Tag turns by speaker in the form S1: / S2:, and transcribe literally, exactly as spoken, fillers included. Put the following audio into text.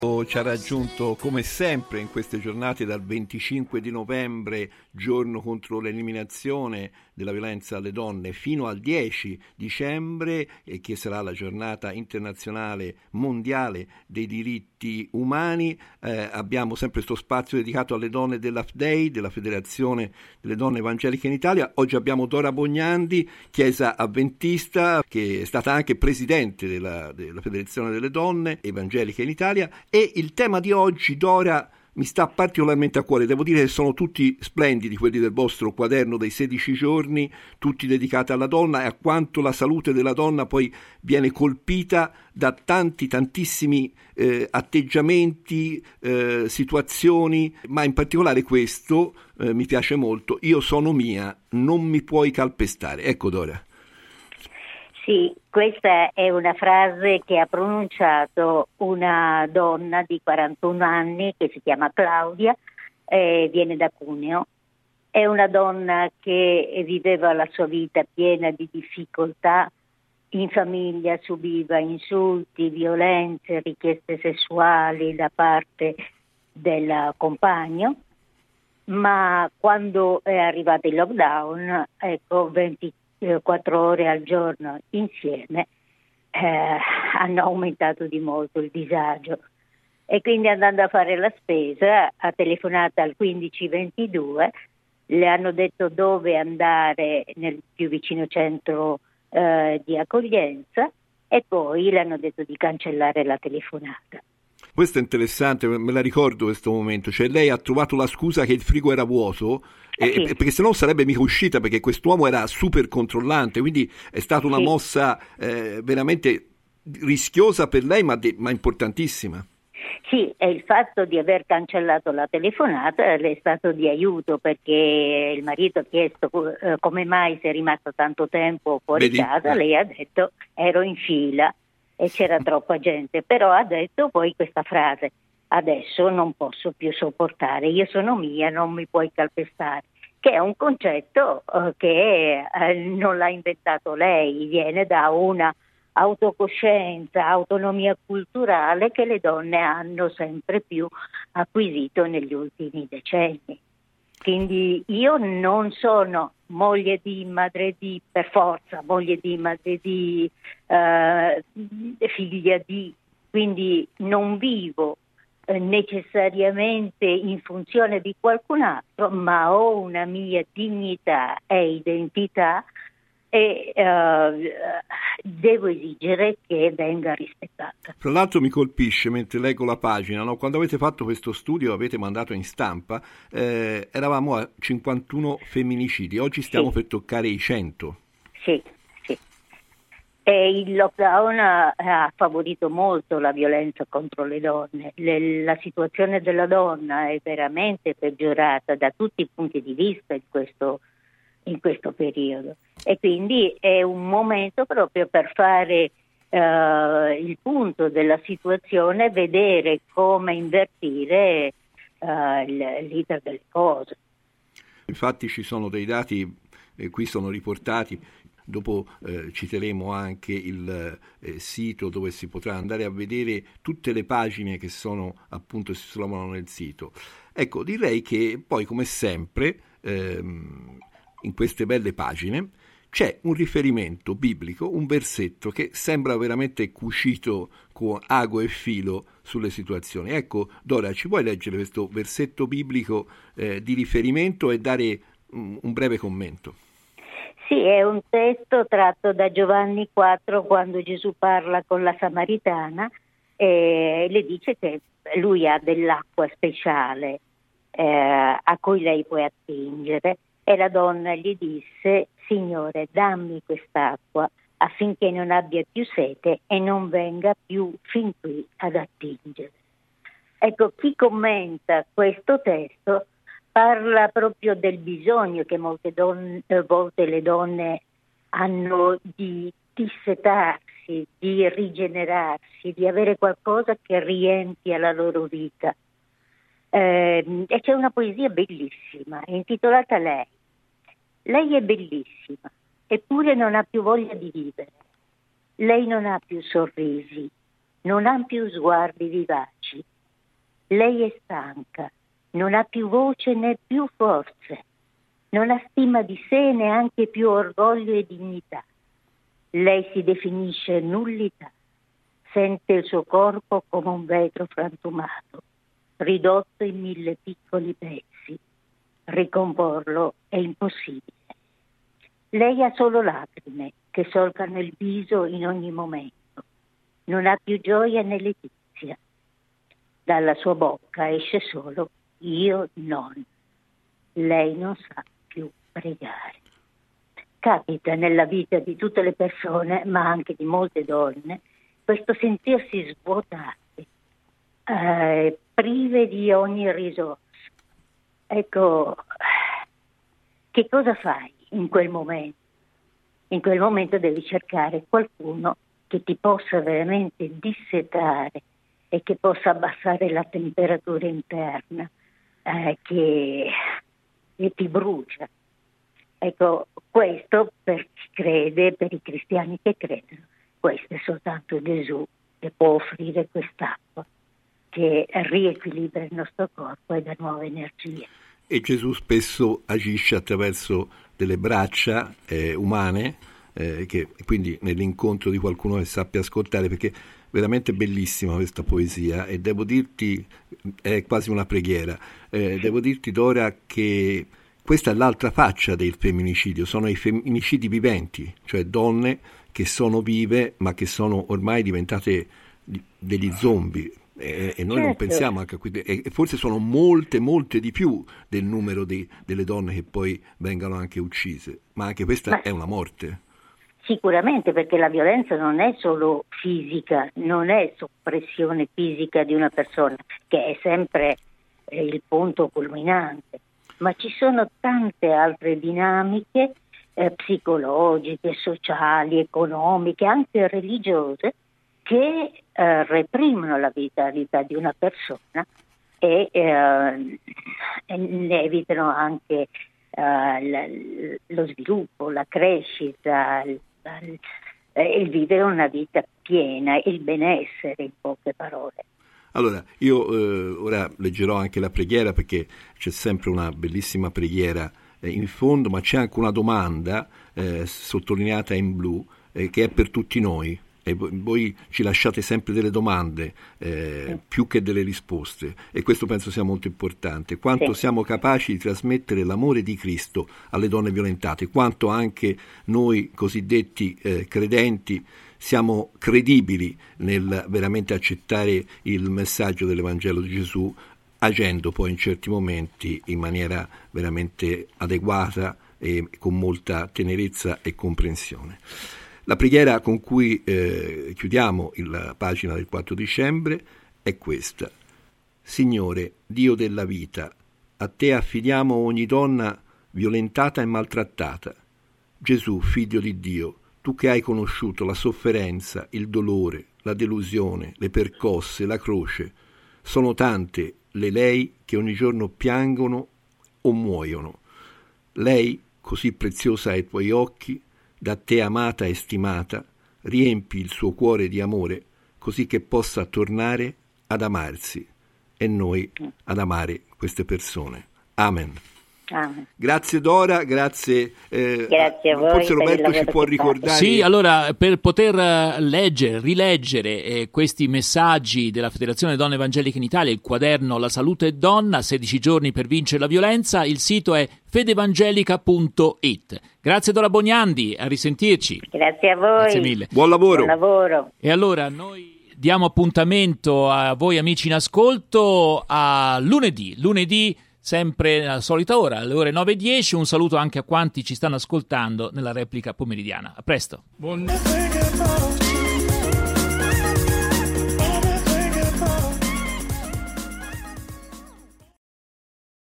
S1: Ci ha raggiunto come sempre in queste giornate dal venticinque di novembre, giorno contro l'eliminazione della violenza alle donne, fino al dieci dicembre, eh, che sarà la giornata internazionale mondiale dei diritti umani. Eh, abbiamo sempre questo spazio dedicato alle donne dell'A F D E I, della Federazione delle Donne Evangeliche in Italia. Oggi abbiamo Dora Bognandi, chiesa avventista, che è stata anche presidente della, della Federazione delle Donne Evangeliche in Italia. E il tema di oggi, Dora, mi sta particolarmente a cuore. Devo dire che sono tutti splendidi quelli del vostro quaderno dei sedici giorni, tutti dedicati alla donna e a quanto la salute della donna poi viene colpita da tanti, tantissimi eh, atteggiamenti, eh, situazioni, ma in particolare questo eh, mi piace molto. Io sono mia, non mi puoi calpestare. Ecco, Dora.
S2: Sì, questa è una frase che ha pronunciato una donna di quarantuno anni che si chiama Claudia, eh, viene da Cuneo. È una donna che viveva la sua vita piena di difficoltà, in famiglia subiva insulti, violenze, richieste sessuali da parte del compagno, ma quando è arrivato il lockdown, ecco, venti quattro ore al giorno insieme eh, hanno aumentato di molto il disagio, e quindi andando a fare la spesa ha telefonato al quindici ventidue, le hanno detto dove andare nel più vicino centro eh, di accoglienza, e poi le hanno detto di cancellare la telefonata.
S1: Questo è interessante, me la ricordo questo momento, cioè lei ha trovato la scusa che il frigo era vuoto, e, sì. perché se no sarebbe mica uscita, perché quest'uomo era super controllante, quindi è stata una sì. mossa eh, veramente rischiosa per lei, ma, de- ma importantissima.
S2: Sì, e il fatto di aver cancellato la telefonata le è stato di aiuto, perché il marito ha chiesto eh, come mai sei rimasta tanto tempo fuori Vedi? casa, lei ha detto ero in fila e c'era troppa gente, però ha detto poi questa frase: adesso non posso più sopportare, io sono mia, non mi puoi calpestare, che è un concetto eh, che eh, non l'ha inventato lei, viene da una autocoscienza, autonomia culturale che le donne hanno sempre più acquisito negli ultimi decenni. Quindi io non sono moglie di, madre di, per forza, moglie di, madre di, eh, figlia di, quindi non vivo eh, necessariamente in funzione di qualcun altro, ma ho una mia dignità e identità e eh, devo esigere che venga rispettata.
S1: Tra l'altro mi colpisce, mentre leggo la pagina, no? Quando avete fatto questo studio, avete mandato in stampa, eh, eravamo a cinquantuno femminicidi, oggi stiamo sì. per toccare i cento.
S2: Sì, sì. E il lockdown ha favorito molto la violenza contro le donne. Le, la situazione della donna è veramente peggiorata da tutti i punti di vista in questo in questo periodo, e quindi è un momento proprio per fare uh, il punto della situazione, vedere come invertire uh, il leader delle cose.
S1: Infatti ci sono dei dati, eh, qui sono riportati, dopo eh, citeremo anche il eh, sito dove si potrà andare a vedere tutte le pagine che sono appunto si trovano nel sito. Ecco, direi che poi come sempre ehm, in queste belle pagine c'è un riferimento biblico, un versetto che sembra veramente cucito con ago e filo sulle situazioni. Ecco, Dora, ci puoi leggere questo versetto biblico eh, di riferimento e dare um, un breve commento?
S2: Sì, è un testo tratto da Giovanni quattro, quando Gesù parla con la Samaritana e le dice che lui ha dell'acqua speciale eh, a cui lei può attingere. E la donna gli disse: Signore, dammi quest'acqua affinché non abbia più sete e non venga più fin qui ad attingere. Ecco, chi commenta questo testo parla proprio del bisogno che molte donne, volte le donne hanno di dissetarsi, di rigenerarsi, di avere qualcosa che riempia la loro vita. Eh, e c'è una poesia bellissima intitolata Lei. Lei è bellissima, eppure non ha più voglia di vivere. Lei non ha più sorrisi, non ha più sguardi vivaci, Lei è stanca, non ha più voce né più forze, non ha stima di sé, neanche più orgoglio e dignità. Lei si definisce nullità, sente il suo corpo come un vetro frantumato, ridotto in mille piccoli pezzi. Ricomporlo è impossibile. Lei ha solo lacrime che solcano il viso in ogni momento. Non ha più gioia né letizia. Dalla sua bocca esce solo io non. Lei non sa più pregare. Capita nella vita di tutte le persone, ma anche di molte donne, questo sentirsi svuotate, eh, prive di ogni risorsa. Ecco, che cosa fai in quel momento? In quel momento devi cercare qualcuno che ti possa veramente dissetare e che possa abbassare la temperatura interna eh, che, che ti brucia. Ecco, questo per chi crede, per i cristiani che credono, questo è soltanto Gesù che può offrire quest'acqua che riequilibra il nostro corpo e dà nuove energie.
S1: E Gesù spesso agisce attraverso delle braccia eh, umane, eh, che quindi nell'incontro di qualcuno che sappia ascoltare, perché veramente bellissima questa poesia, e devo dirti, è quasi una preghiera, eh, devo dirti Dora che questa è l'altra faccia del femminicidio, sono i femminicidi viventi, cioè donne che sono vive ma che sono ormai diventate degli zombie, e, e noi certo. non pensiamo anche a qui, e forse sono molte molte di più del numero di, delle donne che poi vengono anche uccise, ma anche questa ma... è una morte.
S2: Sicuramente, perché la violenza non è solo fisica, non è soppressione fisica di una persona, che è sempre eh, il punto culminante, ma ci sono tante altre dinamiche eh, psicologiche, sociali, economiche, anche religiose, che eh, reprimono la vitalità di una persona e, eh, e ne evitano anche eh, lo sviluppo, la crescita, il, il vivere una vita piena, il benessere, in poche parole.
S1: Allora, io eh, ora leggerò anche la preghiera, perché c'è sempre una bellissima preghiera eh, in fondo, ma c'è anche una domanda eh, sottolineata in blu eh, che è per tutti noi. E voi, voi ci lasciate sempre delle domande eh, sì. più che delle risposte, e questo penso sia molto importante. Quanto sì. siamo capaci di trasmettere l'amore di Cristo alle donne violentate, quanto anche noi cosiddetti eh, credenti siamo credibili nel veramente accettare il messaggio dell'Evangelo di Gesù, agendo poi in certi momenti in maniera veramente adeguata e con molta tenerezza e comprensione. La preghiera con cui eh, chiudiamo la pagina del quattro dicembre è questa. Signore, Dio della vita, a te affidiamo ogni donna violentata e maltrattata. Gesù, figlio di Dio, tu che hai conosciuto la sofferenza, il dolore, la delusione, le percosse, la croce, sono tante le lei che ogni giorno piangono o muoiono. Lei, così preziosa ai tuoi occhi, da te amata e stimata, riempi il suo cuore di amore, così che possa tornare ad amarsi e noi ad amare queste persone. Amen.
S2: Amen.
S1: Grazie Dora, grazie. Eh,
S2: grazie a voi.
S1: Forse Roberto ci può ricordare.
S3: Sì, allora, per poter leggere, rileggere eh, questi messaggi della Federazione Donne Evangeliche in Italia, il quaderno La Salute è Donna, sedici giorni per vincere la violenza, il sito è fedevangelica punto it. Grazie Dora Bognandi, a risentirci.
S2: Grazie a voi.
S3: Grazie mille.
S1: Buon lavoro.
S2: Buon lavoro.
S3: E allora noi diamo appuntamento a voi amici in ascolto a lunedì, lunedì sempre alla solita ora, alle ore nove e dieci. Un saluto anche a quanti ci stanno ascoltando nella replica pomeridiana. A presto. Buon...